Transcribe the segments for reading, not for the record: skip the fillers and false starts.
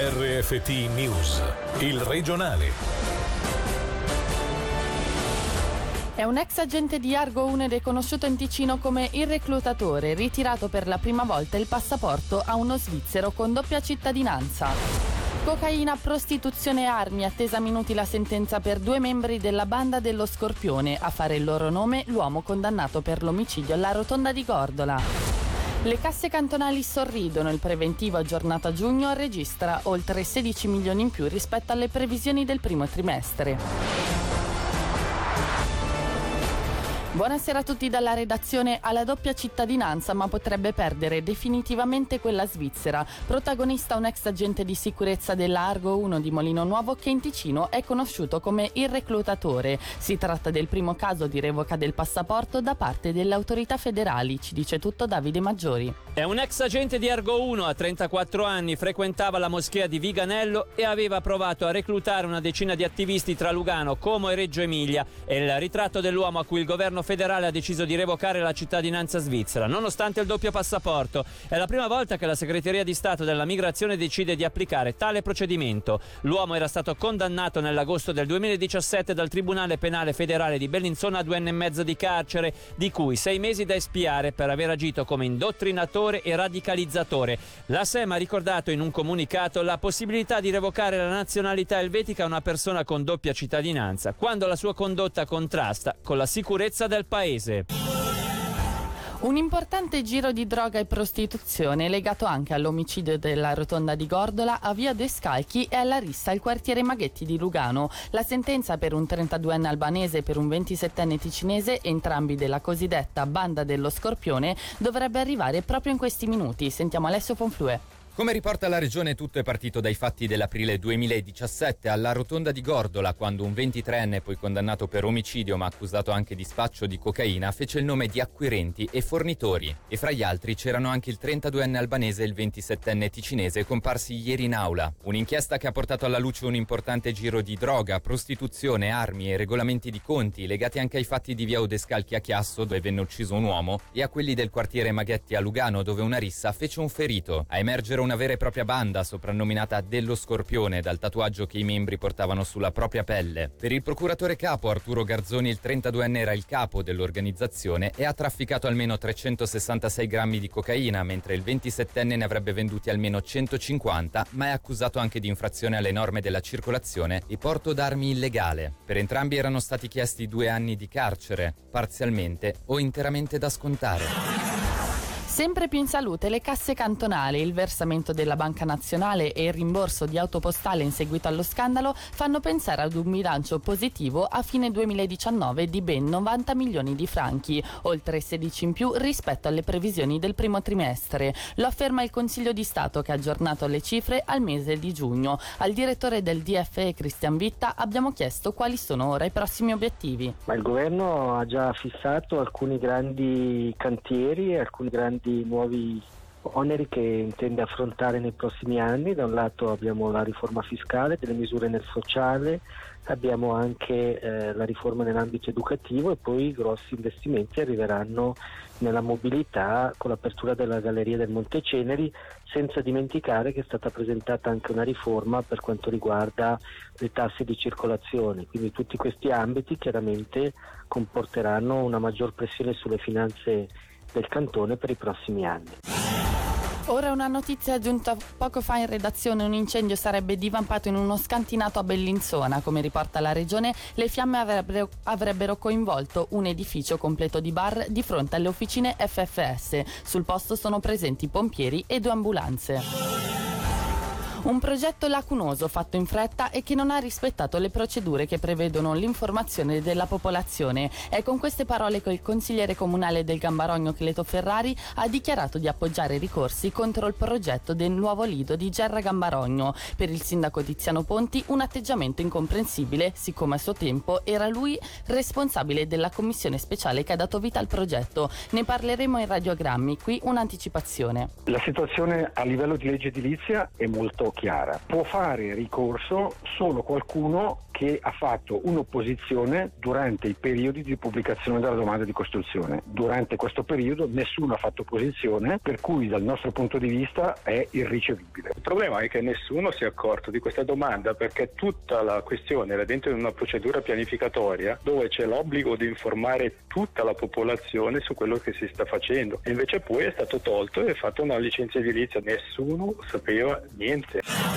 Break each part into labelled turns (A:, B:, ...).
A: RFT News, il regionale.
B: È un ex agente di Argo 1 ed è conosciuto in Ticino come il reclutatore, ritirato per la prima volta il passaporto a uno svizzero con doppia cittadinanza. Cocaina, prostituzione e armi, attesa minuti la sentenza per 2 membri della banda dello Scorpione. A fare il loro nome, l'uomo condannato per l'omicidio alla Rotonda di Gordola. Le casse cantonali sorridono, il preventivo aggiornato a giugno registra oltre 16 milioni in più rispetto alle previsioni del primo trimestre. Buonasera a tutti dalla redazione. Alla doppia cittadinanza, ma potrebbe perdere definitivamente quella svizzera. Protagonista un ex agente di sicurezza della Argo 1 di Molino Nuovo che in Ticino è conosciuto come il reclutatore. Si tratta del primo caso di revoca del passaporto da parte delle autorità federali. Ci dice tutto Davide Maggiori.
C: È un ex agente di Argo 1, a 34 anni, frequentava la moschea di Viganello e aveva provato a reclutare una decina di attivisti tra Lugano, Como e Reggio Emilia. È il ritratto dell'uomo a cui il governo federale ha deciso di revocare la cittadinanza svizzera, nonostante il doppio passaporto. È la prima volta che la Segreteria di Stato della Migrazione decide di applicare tale procedimento. L'uomo era stato condannato nell'agosto del 2017 dal Tribunale Penale Federale di Bellinzona a 2 anni e mezzo di carcere, di cui 6 mesi da espiare per aver agito come indottrinatore e radicalizzatore. La SEM ha ricordato in un comunicato la possibilità di revocare la nazionalità elvetica a una persona con doppia cittadinanza, quando la sua condotta contrasta con la sicurezza del paese.
B: Un importante giro di droga e prostituzione legato anche all'omicidio della Rotonda di Gordola, a Via Descalchi e alla rissa al quartiere Maghetti di Lugano. La sentenza per un 32enne albanese e per un 27enne ticinese, entrambi della cosiddetta banda dello Scorpione, dovrebbe arrivare proprio in questi minuti. Sentiamo Alessio Fonflue.
D: Come riporta la regione, tutto è partito dai fatti dell'aprile 2017 alla Rotonda di Gordola, quando un 23enne, poi condannato per omicidio ma accusato anche di spaccio di cocaina, fece il nome di acquirenti e fornitori. E fra gli altri c'erano anche il 32enne albanese e il 27enne ticinese comparsi ieri in aula. Un'inchiesta che ha portato alla luce un importante giro di droga, prostituzione, armi e regolamenti di conti legati anche ai fatti di Via Odescalchi a Chiasso, dove venne ucciso un uomo, e a quelli del quartiere Maghetti a Lugano, dove una rissa fece un ferito. A emergere una vera e propria banda soprannominata dello Scorpione dal tatuaggio che i membri portavano sulla propria pelle. Per il procuratore capo Arturo Garzoni il 32enne era il capo dell'organizzazione e ha trafficato almeno 366 grammi di cocaina, mentre il 27enne ne avrebbe venduti almeno 150, ma è accusato anche di infrazione alle norme della circolazione e porto d'armi illegale. Per entrambi erano stati chiesti 2 anni di carcere, parzialmente o interamente da scontare.
B: Sempre più in salute le casse cantonali, il versamento della Banca Nazionale e il rimborso di autopostale in seguito allo scandalo fanno pensare ad un bilancio positivo a fine 2019 di ben 90 milioni di franchi, oltre 16 in più rispetto alle previsioni del primo trimestre. Lo afferma il Consiglio di Stato che ha aggiornato le cifre al mese di giugno. Al direttore del DFE Cristian Vitta abbiamo chiesto quali sono ora i prossimi obiettivi.
E: Ma il governo ha già fissato alcuni grandi cantieri e alcuni grandi nuovi oneri che intende affrontare nei prossimi anni. Da un lato abbiamo la riforma fiscale, delle misure nel sociale, abbiamo anche la riforma nell'ambito educativo e poi i grossi investimenti arriveranno nella mobilità con l'apertura della Galleria del Monteceneri, senza dimenticare che è stata presentata anche una riforma per quanto riguarda le tasse di circolazione. Quindi tutti questi ambiti chiaramente comporteranno una maggior pressione sulle finanze del cantone per i prossimi anni.
B: Ora una notizia giunta poco fa in redazione: un incendio sarebbe divampato in uno scantinato a Bellinzona. Come riporta la regione, le fiamme avrebbero coinvolto un edificio completo di bar di fronte alle officine FFS. Sul posto sono presenti pompieri e 2 ambulanze. Un progetto lacunoso, fatto in fretta e che non ha rispettato le procedure che prevedono l'informazione della popolazione. È con queste parole che il consigliere comunale del Gambarogno Cleto Ferrari ha dichiarato di appoggiare ricorsi contro il progetto del nuovo lido di Gerra Gambarogno. Per il sindaco Tiziano Ponti un atteggiamento incomprensibile, siccome a suo tempo era lui responsabile della commissione speciale che ha dato vita al progetto. Ne parleremo in radiogrammi, qui un'anticipazione.
F: La situazione a livello di legge edilizia è molto chiara: può fare ricorso solo qualcuno che ha fatto un'opposizione durante i periodi di pubblicazione della domanda di costruzione. Durante questo periodo nessuno ha fatto opposizione, per cui dal nostro punto di vista è irricevibile.
G: Il problema è che nessuno si è accorto di questa domanda, perché tutta la questione era dentro una procedura pianificatoria dove c'è l'obbligo di informare tutta la popolazione su quello che si sta facendo, e invece poi è stato tolto e fatto una licenza edilizia, nessuno sapeva niente.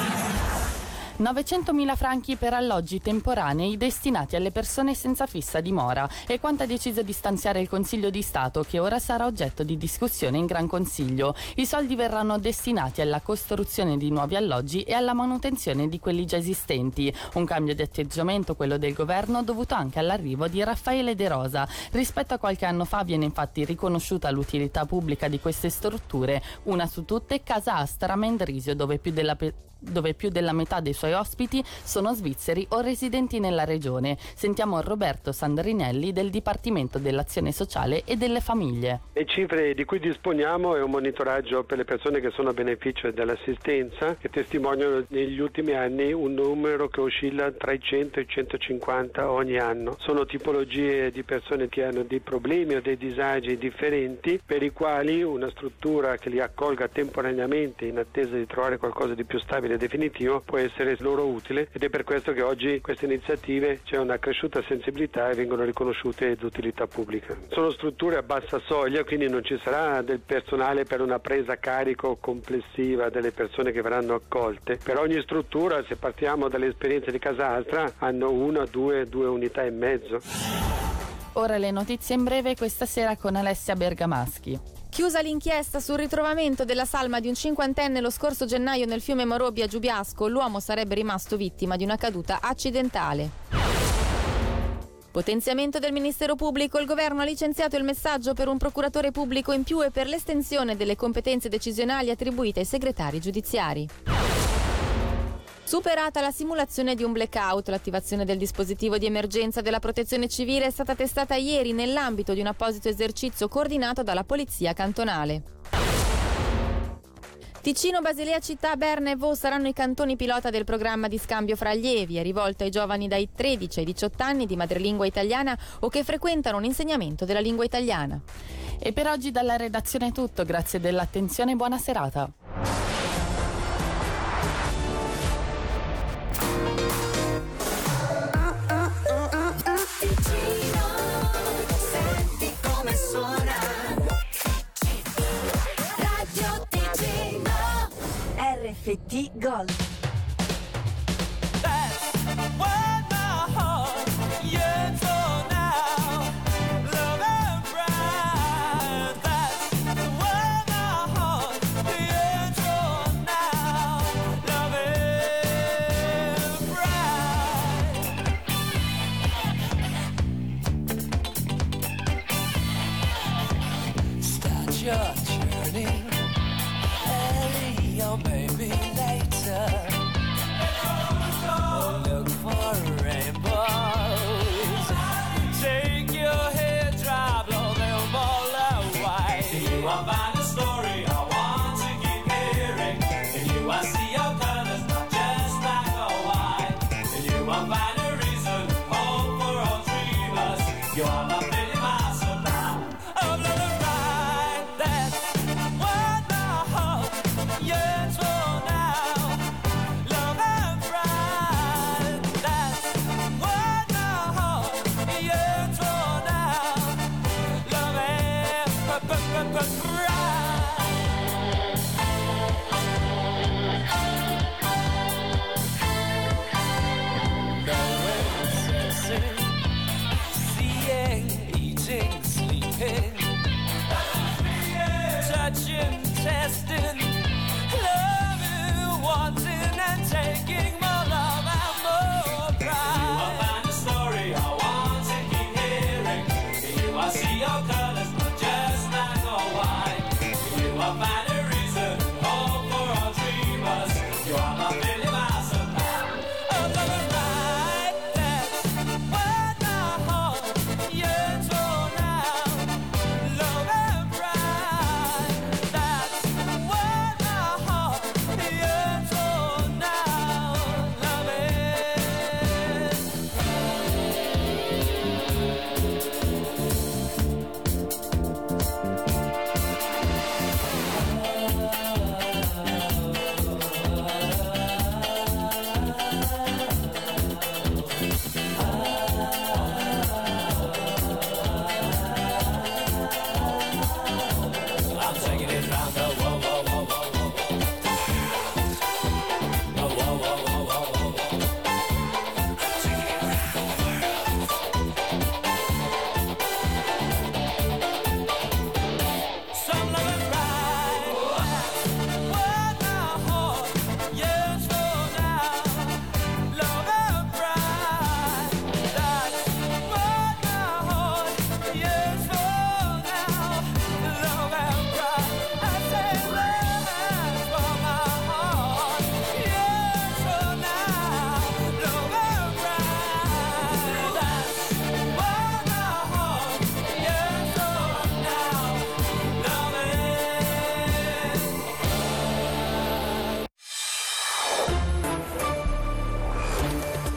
B: 900.000 franchi per alloggi temporanei destinati alle persone senza fissa dimora è quanto ha deciso di stanziare il Consiglio di Stato, che ora sarà oggetto di discussione in Gran Consiglio. I soldi verranno destinati alla costruzione di nuovi alloggi e alla manutenzione di quelli già esistenti. Un cambio di atteggiamento, quello del governo, dovuto anche all'arrivo di Raffaele De Rosa. Rispetto a qualche anno fa viene infatti riconosciuta l'utilità pubblica di queste strutture, una su tutte Casa Astra a Mendrisio, dove più della metà dei suoi ospiti sono svizzeri o residenti nella regione. Sentiamo Roberto Sandrinelli del Dipartimento dell'Azione Sociale e delle Famiglie.
H: Le cifre di cui disponiamo è un monitoraggio per le persone che sono a beneficio dell'assistenza, che testimoniano negli ultimi anni un numero che oscilla tra i 100 e i 150 ogni anno. Sono tipologie di persone che hanno dei problemi o dei disagi differenti, per i quali una struttura che li accolga temporaneamente in attesa di trovare qualcosa di più stabile e definitivo può essere loro utile, ed è per questo che oggi queste iniziative c'è una cresciuta sensibilità e vengono riconosciute d'utilità pubblica. Sono strutture a bassa soglia, quindi non ci sarà del personale per una presa a carico complessiva delle persone che verranno accolte. Per ogni struttura, se partiamo dalle esperienze di Casa Astra, hanno una, due unità e mezzo.
B: Ora le notizie in breve questa sera con Alessia Bergamaschi.
I: Chiusa l'inchiesta sul ritrovamento della salma di un cinquantenne lo scorso gennaio nel fiume Morobbia a Giubiasco, l'uomo sarebbe rimasto vittima di una caduta accidentale. Potenziamento del Ministero Pubblico, il governo ha licenziato il messaggio per un procuratore pubblico in più e per l'estensione delle competenze decisionali attribuite ai segretari giudiziari. Superata la simulazione di un blackout, l'attivazione del dispositivo di emergenza della Protezione Civile è stata testata ieri nell'ambito di un apposito esercizio coordinato dalla Polizia Cantonale. Ticino, Basilea Città, Berna e Vaux saranno i cantoni pilota del programma di scambio fra allievi. È rivolto ai giovani dai 13 ai 18 anni di madrelingua italiana o che frequentano un insegnamento della lingua italiana.
B: E per oggi dalla redazione è tutto, grazie dell'attenzione e buona serata.
J: RFT Gold.
K: Maybe later, look for rainbows. Take your hair dry, blow them all away. If you want to find a story I want to keep hearing, if you want to see your colors, not just black or white, if you want to find a reason, hope for all dreamers, you are not feeling my supply of love and right. That's what my heart yearns for. Testing, loving, wanting, and taking more love and more pride. You will find a story I want to keep hearing. You will see your colors, not just black or white.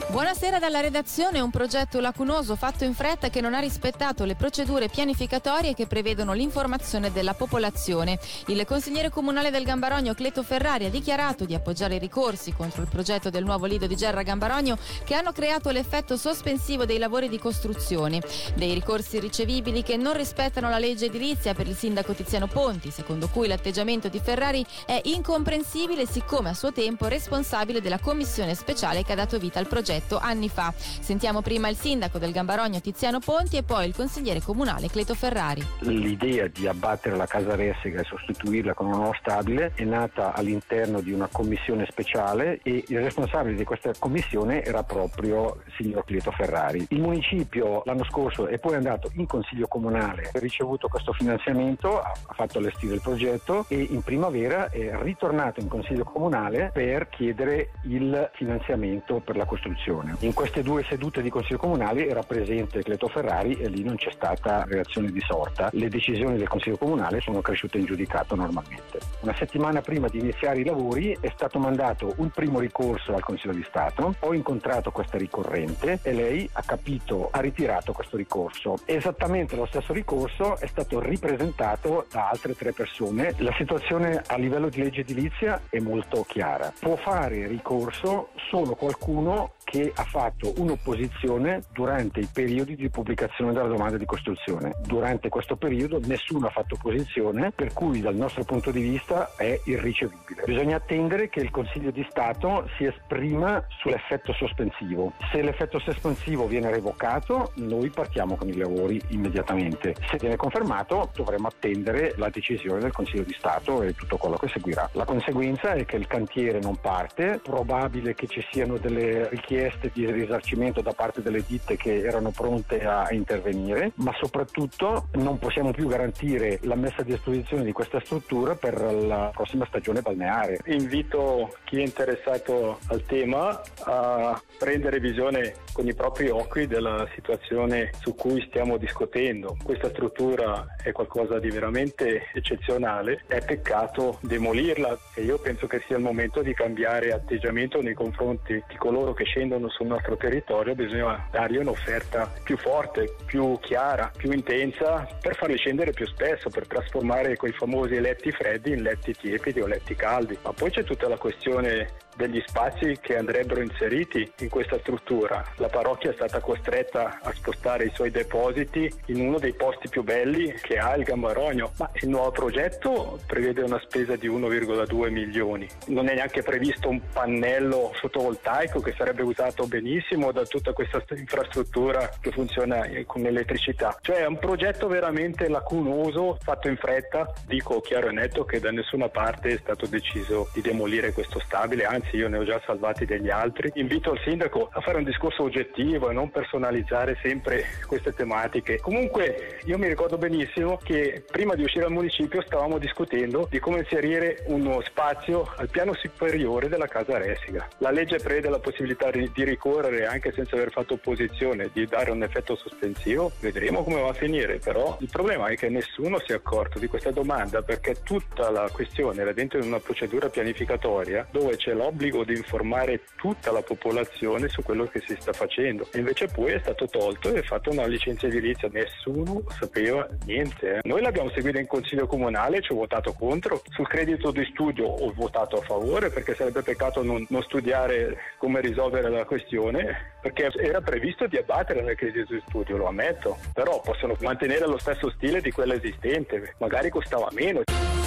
I: Buonasera dalla redazione. Un progetto lacunoso fatto in fretta che non ha rispettato le procedure pianificatorie che prevedono l'informazione della popolazione. Il consigliere comunale del Gambarogno Cleto Ferrari ha dichiarato di appoggiare i ricorsi contro il progetto del nuovo lido di Gerra Gambarogno che hanno creato l'effetto sospensivo dei lavori di costruzione. Dei ricorsi ricevibili che non rispettano la legge edilizia per il sindaco Tiziano Ponti, secondo cui l'atteggiamento di Ferrari è incomprensibile siccome a suo tempo responsabile della commissione speciale che ha dato vita al progetto anni fa. Sentiamo prima il sindaco del Gambarogno Tiziano Ponti e poi il consigliere comunale Cleto Ferrari.
F: L'idea di abbattere la casa Ressiga e sostituirla con una nuova stabile è nata all'interno di una commissione speciale e il responsabile di questa commissione era proprio il signor Cleto Ferrari. Il municipio l'anno scorso è poi andato in consiglio comunale, ha ricevuto questo finanziamento, ha fatto allestire il progetto e in primavera è ritornato in consiglio comunale per chiedere il finanziamento per la costruzione. In queste 2 sedute di consiglio comunale era presente Cleto Ferrari e lì non c'è stata reazione di sorta. Le decisioni del consiglio comunale sono cresciute in giudicato normalmente. Una settimana prima di iniziare i lavori è stato mandato un primo ricorso al Consiglio di Stato. Ho incontrato questa ricorrente e lei ha ritirato questo ricorso. Esattamente lo stesso ricorso è stato ripresentato da altre 3 persone. La situazione a livello di legge edilizia è molto chiara. Può fare ricorso solo qualcuno che ha fatto un'opposizione durante i periodi di pubblicazione della domanda di costruzione. Durante questo periodo nessuno ha fatto opposizione, per cui dal nostro punto di vista è irricevibile. Bisogna attendere che il Consiglio di Stato si esprima sull'effetto sospensivo. Se l'effetto sospensivo viene revocato, noi partiamo con i lavori immediatamente. Se viene confermato, dovremo attendere la decisione del Consiglio di Stato e tutto quello che seguirà. La conseguenza è che il cantiere non parte, probabile che ci siano delle richieste di risarcimento da parte delle ditte che erano pronte a intervenire, ma soprattutto non possiamo più garantire la messa a disposizione di questa struttura per la prossima stagione balneare.
G: Invito chi è interessato al tema a prendere visione con i propri occhi della situazione su cui stiamo discutendo. Questa struttura è qualcosa di veramente eccezionale, è peccato demolirla e io penso che sia il momento di cambiare atteggiamento nei confronti di coloro che scendono sul nostro territorio. Bisogna dargli un'offerta più forte, più chiara, più intensa per farli scendere più spesso, per trasformare quei famosi letti freddi in letti tiepidi o letti caldi. Ma poi c'è tutta la questione degli spazi che andrebbero inseriti in questa struttura. La parrocchia è stata costretta a spostare i suoi depositi in uno dei posti più belli che ha il Gambarogno, ma il nuovo progetto prevede una spesa di 1,2 milioni. Non è neanche previsto un pannello fotovoltaico che sarebbe usato benissimo da tutta questa infrastruttura che funziona con elettricità. Cioè è un progetto veramente lacunoso, fatto in fretta. Dico chiaro e netto che da nessuna parte è stato deciso di demolire questo stabile, anzi io ne ho già salvati degli altri. Invito il sindaco a fare un discorso oggettivo e non personalizzare sempre queste tematiche. Comunque io mi ricordo benissimo che prima di uscire al municipio stavamo discutendo di come inserire uno spazio al piano superiore della casa Ressiga. La legge prevede la possibilità di ricorrere anche senza aver fatto opposizione, di dare un effetto sospensivo. Vedremo come va a finire, però il problema è che nessuno si è accorto di questa domanda, perché tutta la questione era dentro in una procedura pianificatoria dove c'è l'obbligo di informare tutta la popolazione su quello che si sta facendo, e invece poi è stato tolto e fatto una licenza edilizia. Nessuno sapeva niente. Noi l'abbiamo seguita in consiglio comunale, ci ho votato contro. Sul credito di studio ho votato a favore, perché sarebbe peccato non studiare come risolvere la questione, perché era previsto di abbattere il credito di studio, lo ammetto, però possono mantenere lo stesso stile di quello esistente, magari costava meno.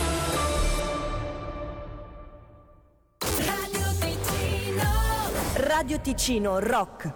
J: Radio Ticino Rock.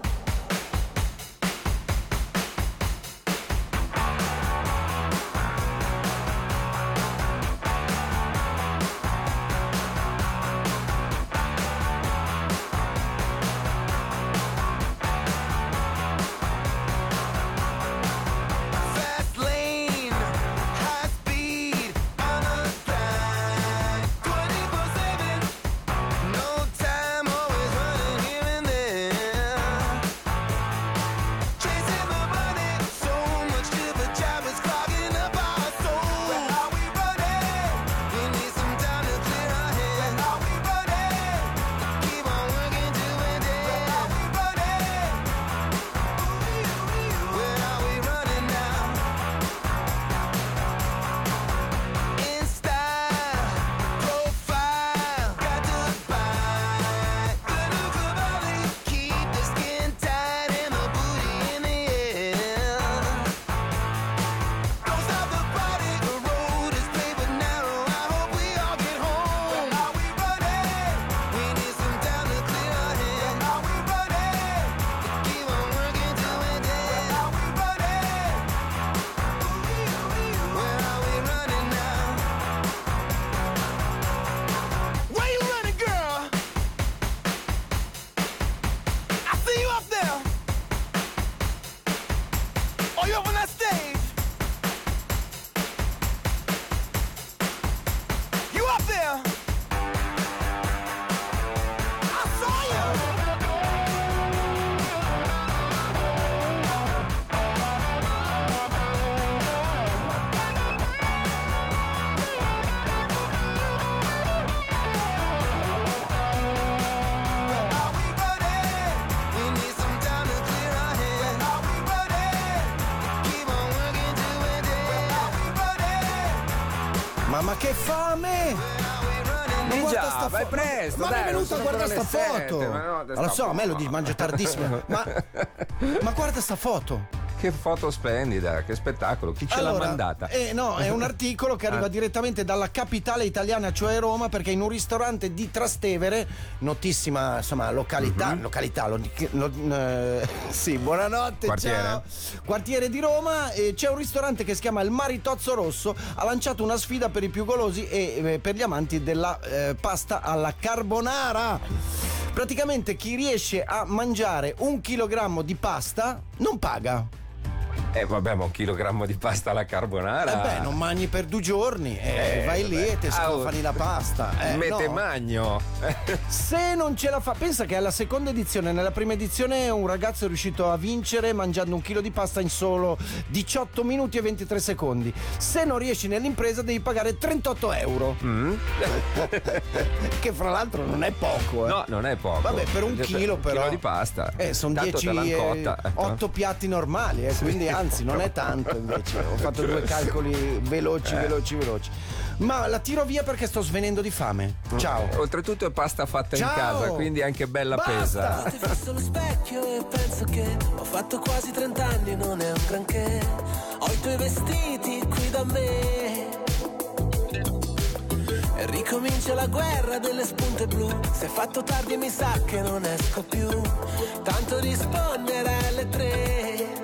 L: che fame!
M: Già, vai presto,
L: ma
M: dai,
L: è venuto a guardare sta foto.
M: Ma
L: Lo so, a me lo dici, mangio tardissimo. ma guarda sta foto.
M: Che foto splendida, che spettacolo. Chi ce l'ha mandata?
L: No, è un articolo che arriva direttamente dalla capitale italiana, cioè Roma, perché in un ristorante di Trastevere, notissima insomma località, sì, buonanotte,
M: quartiere?
L: Ciao. Quartiere di Roma, c'è un ristorante che si chiama il Maritozzo Rosso, ha lanciato una sfida per i più golosi e per gli amanti della pasta alla carbonara. Praticamente chi riesce a mangiare 1 chilogrammo di pasta non paga.
M: Vabbè, ma 1 chilogrammo di pasta alla carbonara.
L: Non mangi per 2 giorni, vai lì e te scofani la pasta.
M: Mette
L: no.
M: magno.
L: Se non ce la fa, pensa che alla seconda edizione, nella prima edizione un ragazzo è riuscito a vincere mangiando 1 chilo di pasta in solo 18 minuti e 23 secondi. Se non riesci nell'impresa devi pagare 38 euro. Che fra l'altro non è poco.
M: No, non è poco.
L: Vabbè, per 1 chilo però.
M: 1 chilo di pasta.
L: Sono 8 piatti normali, quindi anzi non è tanto invece. Ho fatto 2 calcoli veloci. Ma la tiro via perché sto svenendo di fame. Ciao.
M: Oltretutto è pasta fatta in casa, quindi anche bella pesa.
K: Ti fisso allo specchio e penso che ho fatto quasi 30 anni e non è un granché. Ho i tuoi vestiti qui da me e ricomincia la guerra delle spunte blu. Se è fatto tardi mi sa che non esco più, tanto rispondere alle 3.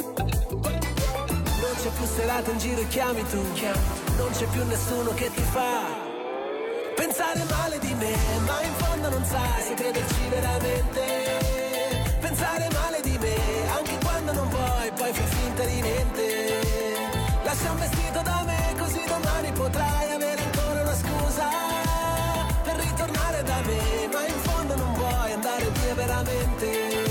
K: Non c'è più serata in giro e chiami tu, non c'è più nessuno che ti fa pensare male di me, ma in fondo non sai se crederci veramente. Pensare male di me anche quando non vuoi, poi fai finta di niente. Lascia un vestito da me così domani potrai avere ancora una scusa per ritornare da me, ma in fondo non vuoi andare via veramente.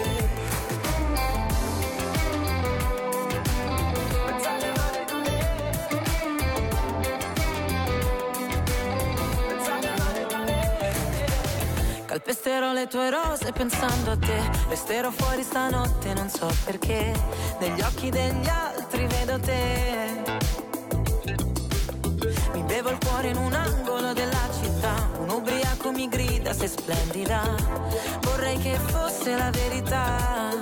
N: Calpesterò le tue rose pensando a te, resterò fuori stanotte non so perché, negli occhi degli altri vedo te. Mi bevo il cuore in un angolo della città, un ubriaco mi grida sei splendida, vorrei che fosse la verità,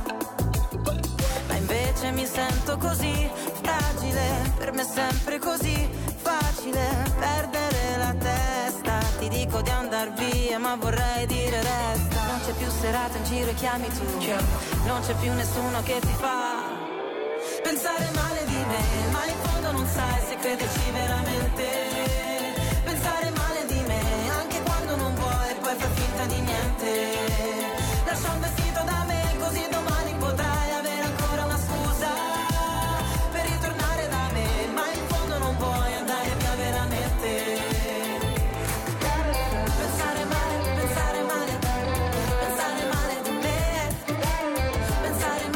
N: ma invece mi sento così fragile, per me è sempre così facile perdere la testa. Ti dico di andar via ma vorrei dire resta. Non c'è più serata in giro e chiami tu, non c'è più nessuno che ti fa pensare male di me, ma in fondo non sai se crederci veramente. Pensare male di me anche quando non vuoi, poi fai finta di niente. Lascia un vestito da me così domani potrai avere ancora una scusa per ritornare da me, ma in fondo non vuoi andare via veramente. Pensare male di me. Pensare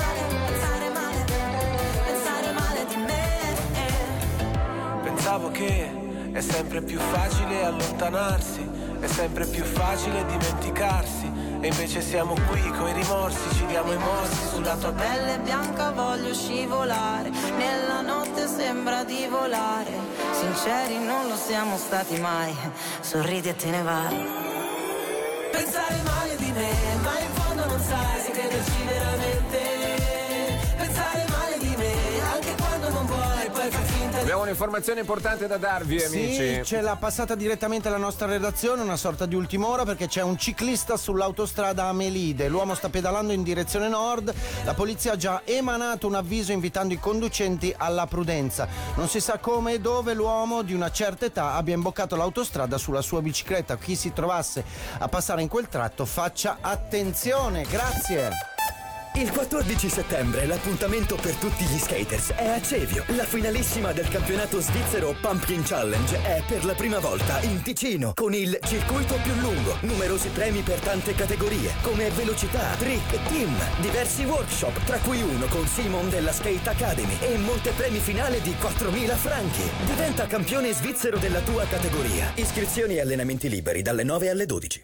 N: male di me.
K: Pensavo che è sempre più facile allontanarsi, è sempre più facile dimenticarsi, e invece siamo qui coi rimorsi, ci diamo i morsi
N: Sulla tua pelle bianca voglio scivolare, nella notte sembra di volare, sinceri non lo siamo stati mai, sorridi e te ne vai.
K: Pensare male di me, ma in fondo non sai se crederci veramente. Pensare male di me anche quando non vuoi, poi fai finta di...
M: Abbiamo un'informazione importante da darvi, amici.
L: Sì, ce l'ha passata direttamente alla nostra redazione, una sorta di ultima ora, perché c'è un ciclista sull'autostrada Amelide. L'uomo sta pedalando in direzione nord. La polizia ha già emanato un avviso invitando i conducenti alla prudenza. Non si sa come e dove l'uomo di una certa età abbia imboccato l'autostrada sulla sua bicicletta. Chi si trovasse a passare in quel tratto faccia attenzione. Grazie.
O: Il 14 settembre l'appuntamento per tutti gli skaters è a Cevio. La finalissima del campionato svizzero Pumpkin Challenge è per la prima volta in Ticino, con il circuito più lungo, numerosi premi per tante categorie, come velocità, trick, team, diversi workshop, tra cui uno con Simon della Skate Academy e molte premi finali di 4.000 franchi. Diventa campione svizzero della tua categoria. Iscrizioni e allenamenti liberi dalle 9 alle 12.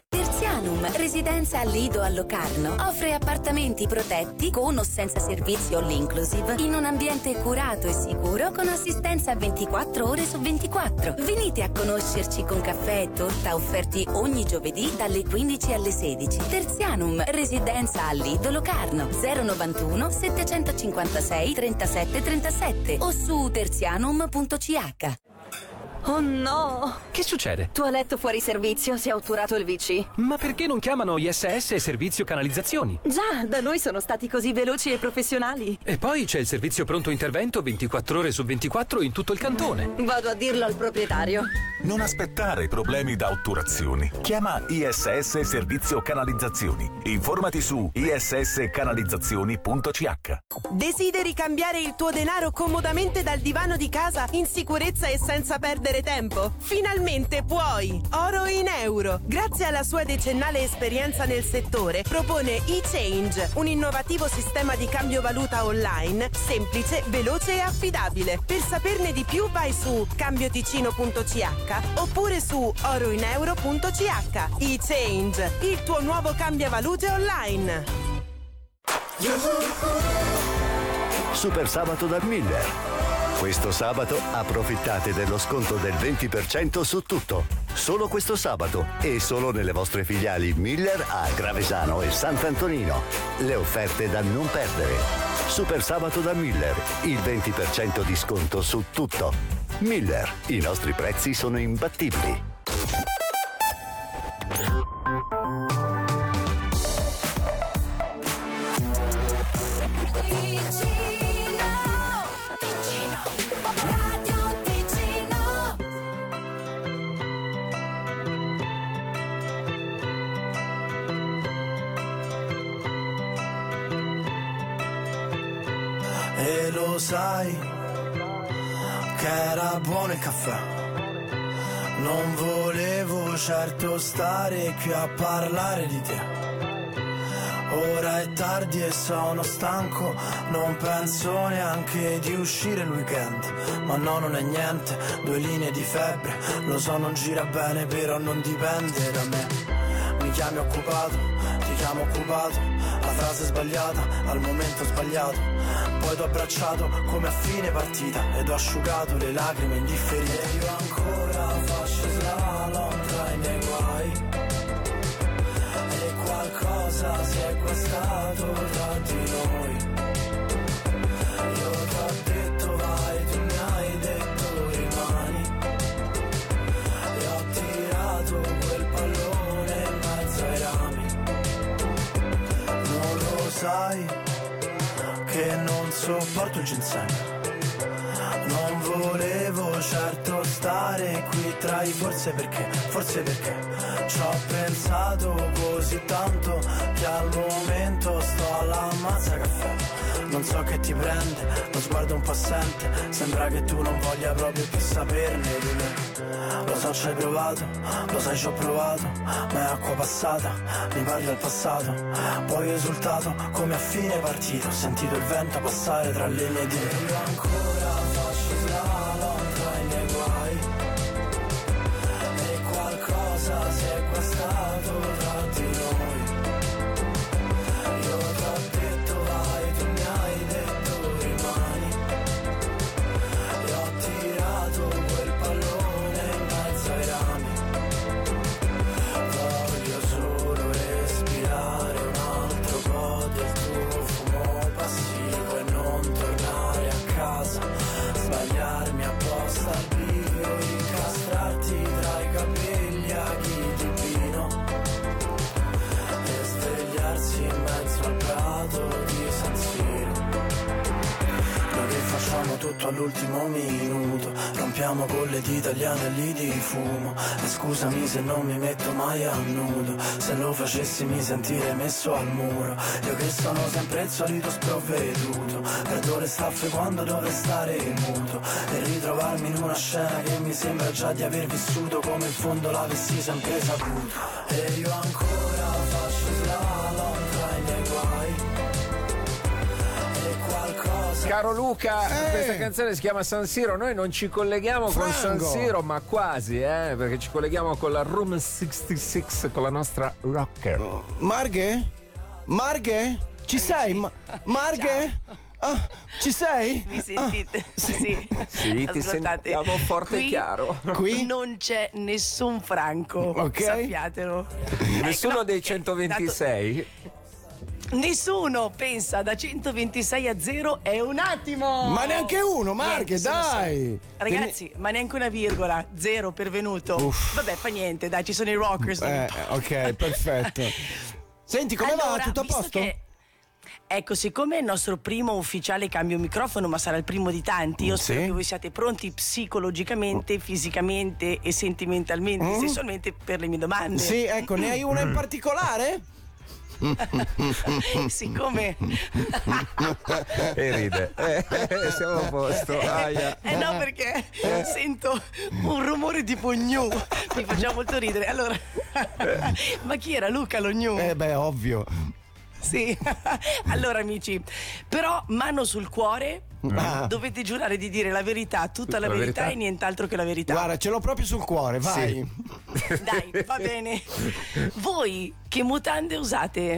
P: Terzianum, residenza a Lido a Locarno, offre appartamenti protetti con o senza servizio all inclusive in un ambiente curato e sicuro con assistenza 24 ore su 24. Venite a conoscerci con caffè e torta offerti ogni giovedì dalle 15 alle 16. Terzianum, residenza a Lido Locarno, 091 756 37 37 o su terzianum.ch.
Q: Oh no!
R: Che succede?
Q: Toiletto fuori servizio, si è otturato il WC.
R: Ma perché non chiamano ISS Servizio Canalizzazioni?
Q: Già, da noi sono stati così veloci e professionali.
R: E poi c'è il servizio pronto intervento 24 ore su 24 in tutto il cantone.
Q: Vado a dirlo al proprietario.
S: Non aspettare problemi da otturazioni. Chiama ISS Servizio Canalizzazioni. Informati su isscanalizzazioni.ch.
T: Desideri cambiare il tuo denaro comodamente dal divano di casa in sicurezza e senza perdere tempo? Finalmente puoi! Oro in euro. Grazie alla sua decennale esperienza nel settore, propone eChange, un innovativo sistema di cambio valuta online, semplice, veloce e affidabile. Per saperne di più vai su cambioticino.ch oppure su oroineuro.ch. eChange, il tuo nuovo cambiavalute online.
U: Super sabato dal Miller. Questo sabato approfittate dello sconto del 20% su tutto. Solo questo sabato e solo nelle vostre filiali Miller a Gravesano e Sant'Antonino. Le offerte da non perdere. Super sabato da Miller, il 20% di sconto su tutto. Miller, i nostri prezzi sono imbattibili.
V: E lo sai che era buono il caffè. Non volevo certo stare qui a parlare di te. Ora è tardi e sono stanco, non penso neanche di uscire il weekend. Ma no, non è niente, 2 linee di febbre. Lo so, non gira bene, però non dipende da me. Mi chiami occupato, ti chiamo occupato. La frase sbagliata, al momento sbagliato. Poi t'ho abbracciato come a fine partita ed ho asciugato le lacrime indifferite. E io ancora faccio slalom tra i miei guai. E qualcosa si è guastato tra di noi. Io t'ho detto vai, tu mi hai detto rimani. E ho tirato quel pallone in mezzo ai rami. Non lo sai che non sopporto il ginseng. Non volevo certo stare qui tra i forse perché ci ho pensato così tanto che al momento sto alla mazza caffè. Non so che ti prende, lo sguardo un po' assente. Sembra che tu non voglia proprio più saperne di me. Lo so ci hai provato, lo sai ci ho provato, ma è acqua passata, mi parli del passato. Poi ho esultato come a fine partita, ho sentito il vento passare tra le mie dita. Io ancora faccio slalom tra i miei guai. E qualcosa si è guastato tra di noi. Io t'ho detto vai, tu mi hai detto rimani. E ho tirato quel pallone in mezzo ai rami. Voglio solo respirare un altro po' del tuo fumo passivo e non tornare a casa, sbagliarmi apposta al bivio, incastrarti tra i capelli aghi di vino e svegliarsi in mezzo al prato di San Siro. Noi che facciamo tutto all'ultimo minuto, rompiamo con le dita gli anelli di fumo. E scusami se non mi metto mai a nudo, se lo facessi mi sentirei messo al muro. Io che sono sempre il solito sprovveduto, perdo le staffe quando dovrei stare muto e ritrovarmi in una scena che mi sembra già di aver vissuto, come in fondo l'avessi sempre saputo. E io ancora faccio slalom tra i miei guai. E qualcosa
M: Caro Luca, questa canzone si chiama San Siro. Noi non ci colleghiamo con San Siro, ma quasi, perché ci colleghiamo con la Room 66, con la nostra rocker.
L: Marghe? Ci sei? Marghe? Ah, ci sei?
A: Mi sentite? Sì.
M: Sì, ti sentiamo forte e chiaro.
A: Qui non c'è nessun franco, sappiatelo.
M: Nessuno dei 126?
A: Nessuno pensa da 126 a 0 è un attimo.
L: Ma neanche uno, Marghe, dai.
A: Ragazzi, ma neanche una virgola, 0 pervenuto. Vabbè, fa niente, dai, ci sono i rockers.
L: Ok, perfetto. Senti, come va? Tutto a posto?
A: Ecco, siccome è il nostro primo ufficiale cambio microfono, ma sarà il primo di tanti, io spero che voi siate pronti psicologicamente, fisicamente e sentimentalmente, sessualmente per le mie domande.
L: Sì, ecco, ne hai una in particolare?
A: Siccome
M: e ride, siamo a posto.
A: No, perché sento un rumore tipo gnu, mi faceva molto ridere. Allora, ma chi era Luca lo gnu?
L: Ovvio.
A: Sì. Allora amici, però mano sul cuore, dovete giurare di dire la verità, tutta la verità e nient'altro che la verità.
L: Guarda, ce l'ho proprio sul cuore, vai.
A: Sì. Dai, va bene. Voi che mutande usate?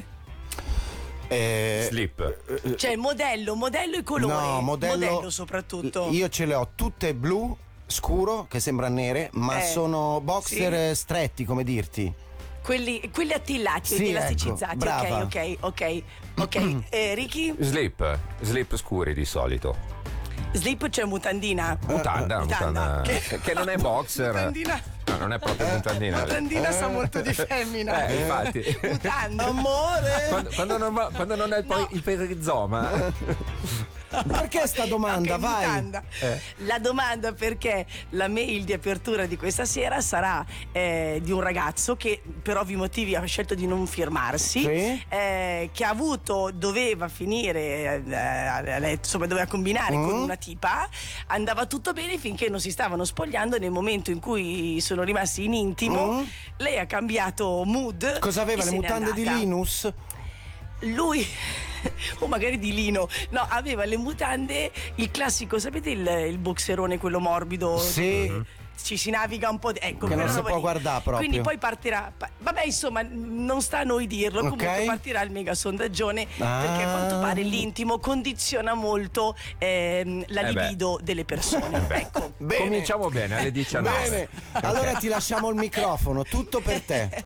M: Slip.
A: Cioè modello e colore.
L: No, modello
A: soprattutto.
L: Io ce le ho tutte blu scuro, che sembra nere, ma sono boxer stretti, come dirti.
A: Quelli attillati, quelli elasticizzati.
L: Brava.
A: Ok. Ricky?
M: Slip scuri di solito.
A: Slip, cioè mutandina.
M: Mutanda. Che non è boxer.
A: Mutandina.
M: No, non è proprio mutandina.
A: Mutandina sa molto di femmina.
M: Infatti.
A: Mutanda.
L: Amore.
M: Quando non è poi il perizoma.
L: Perché sta domanda?
A: Okay,
L: vai.
A: La domanda perché la mail di apertura di questa sera sarà di un ragazzo che per ovvi motivi ha scelto di non firmarsi, che doveva finire, insomma doveva combinare con una tipa, andava tutto bene finché non si stavano spogliando. Nel momento in cui sono rimasti in intimo, lei ha cambiato mood.
L: Cosa aveva, le mutande di Linus?
A: Lui o magari di lino, no, aveva le mutande, il classico, sapete il boxerone, quello morbido?
L: Sì.
A: Ci si naviga un po', ecco,
L: che non si può guardare proprio.
A: Quindi poi partirà, vabbè, insomma, non sta a noi dirlo, comunque partirà il mega sondaggione, perché a quanto pare l'intimo condiziona molto la libido delle persone. Ecco.
M: Cominciamo bene alle 19.
L: Bene, allora ti lasciamo il microfono, tutto per te.